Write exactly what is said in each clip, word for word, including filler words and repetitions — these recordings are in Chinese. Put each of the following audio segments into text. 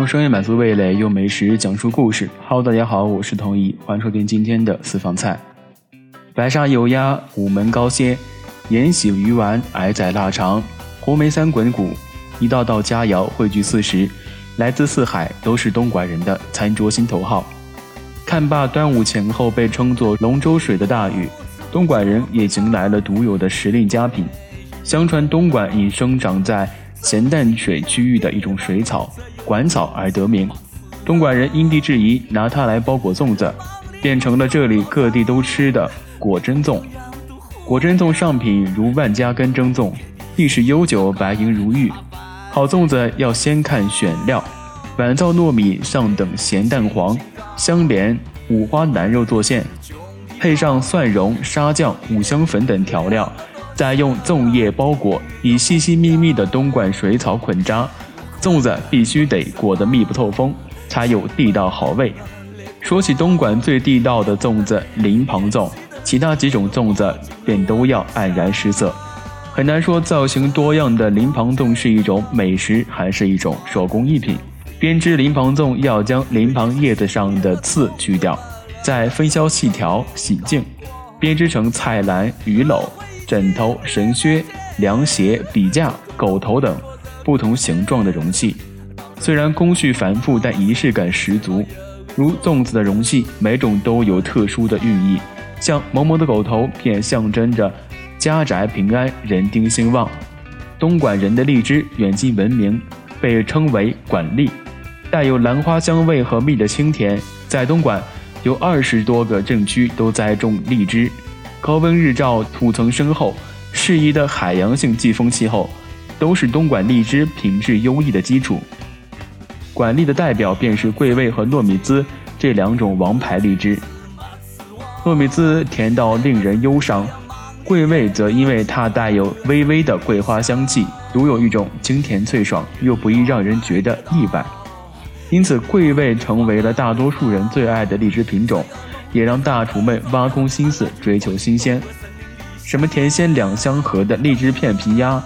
用声音满足味蕾，用美食讲述故事。Hello， 大家好，我是童怡，欢迎收听今天的私房菜。白沙油鸭、午门膏蟹、盐洗鱼丸、矮仔腊肠、红梅三滚骨，一道道佳肴汇聚四时，来自四海，都是东莞人的餐桌心头好。看罢端午前后被称作龙舟水的大雨，东莞人也迎来了独有的时令佳品。相传东莞以生长在咸淡水区域的一种水草管草而得名，东莞人因地制宜，拿它来包裹粽子，变成了这里各地都吃的果珍粽。果珍粽上品如万家根蒸粽，历史悠久，白莹如玉。好粽子要先看选料，晚造糯米上等咸蛋黄，香莲、五花腩肉做馅，配上蒜蓉、沙酱、五香粉等调料，再用粽叶包裹，以细细密密的东莞水草捆扎。粽子必须得裹得密不透风，才有地道好味。说起东莞最地道的粽子临旁粽，其他几种粽子便都要黯然失色。很难说造型多样的临旁粽是一种美食还是一种手工艺品。编织临旁粽要将临旁叶子上的刺去掉，再分削细条洗净，编织成菜篮、鱼篓、枕头、神靴、凉鞋、笔架、狗头等不同形状的容器。虽然工序繁复，但仪式感十足。如粽子的容器，每种都有特殊的寓意，像萌萌的狗头便象征着家宅平安、人丁兴旺。东莞人的荔枝远近闻名，被称为莞荔，带有兰花香味和蜜的清甜。在东莞有二十多个镇区都栽种荔枝，高温日照、土层深厚、适宜的海洋性季风气候，都是东莞荔枝品质优异的基础。莞荔的代表便是桂味和糯米糍这两种王牌荔枝。糯米糍甜到令人忧伤，桂味则因为它带有微微的桂花香气，独有一种清甜脆爽，又不易让人觉得意外。因此桂味成为了大多数人最爱的荔枝品种，也让大厨们挖空心思追求新鲜。什么甜鲜两相合的荔枝片皮鸭，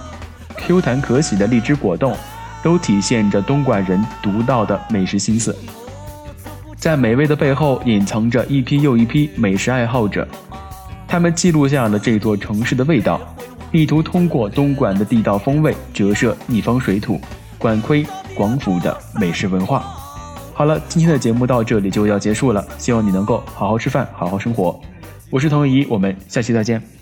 Q 弹可喜的荔枝果冻，都体现着东莞人独到的美食心思。在美味的背后隐藏着一批又一批美食爱好者，他们记录下了这座城市的味道，力图通过东莞的地道风味折射一方水土莞窥广府的美食文化。好了，今天的节目到这里就要结束了，希望你能够好好吃饭，好好生活。我是童怡，我们下期再见。